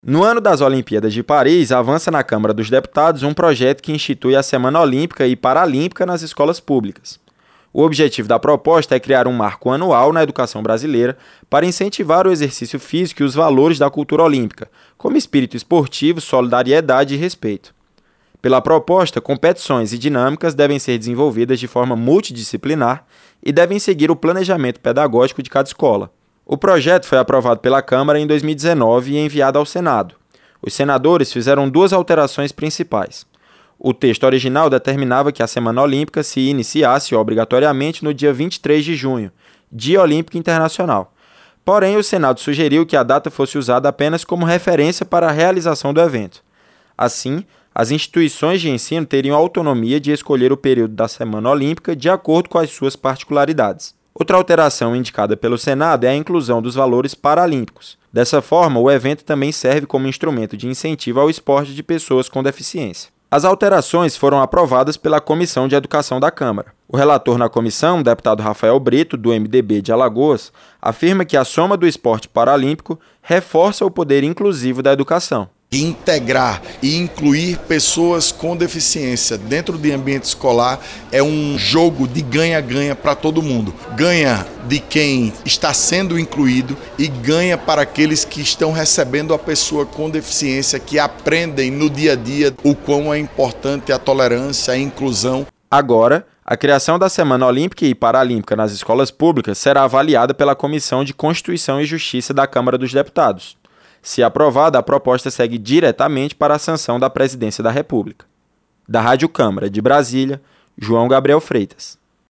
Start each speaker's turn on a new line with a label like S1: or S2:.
S1: No ano das Olimpíadas de Paris, avança na Câmara dos Deputados um projeto que institui a Semana Olímpica e Paralímpica nas escolas públicas. O objetivo da proposta é criar um marco anual na educação brasileira para incentivar o exercício físico e os valores da cultura olímpica, como espírito esportivo, solidariedade e respeito. Pela proposta, competições e dinâmicas devem ser desenvolvidas de forma multidisciplinar e devem seguir o planejamento pedagógico de cada escola. O projeto foi aprovado pela Câmara em 2019 e enviado ao Senado. Os senadores fizeram duas alterações principais. O texto original determinava que a Semana Olímpica se iniciasse obrigatoriamente no dia 23 de junho, Dia Olímpico Internacional. Porém, o Senado sugeriu que a data fosse usada apenas como referência para a realização do evento. Assim, as instituições de ensino teriam autonomia de escolher o período da Semana Olímpica de acordo com as suas particularidades. Outra alteração indicada pelo Senado é a inclusão dos valores paralímpicos. Dessa forma, o evento também serve como instrumento de incentivo ao esporte de pessoas com deficiência. As alterações foram aprovadas pela Comissão de Educação da Câmara. O relator na comissão, o deputado Rafael Brito, do MDB de Alagoas, afirma que a soma do esporte paralímpico reforça o poder inclusivo da educação.
S2: Integrar e incluir pessoas com deficiência dentro do ambiente escolar é um jogo de ganha-ganha para todo mundo. Ganha de quem está sendo incluído e ganha para aqueles que estão recebendo a pessoa com deficiência, que aprendem no dia a dia o quão é importante a tolerância, a inclusão.
S1: Agora, a criação da Semana Olímpica e Paralímpica nas escolas públicas será avaliada pela Comissão de Constituição e Justiça da Câmara dos Deputados. Se aprovada, a proposta segue diretamente para a sanção da Presidência da República. Da Rádio Câmara de Brasília, João Gabriel Freitas.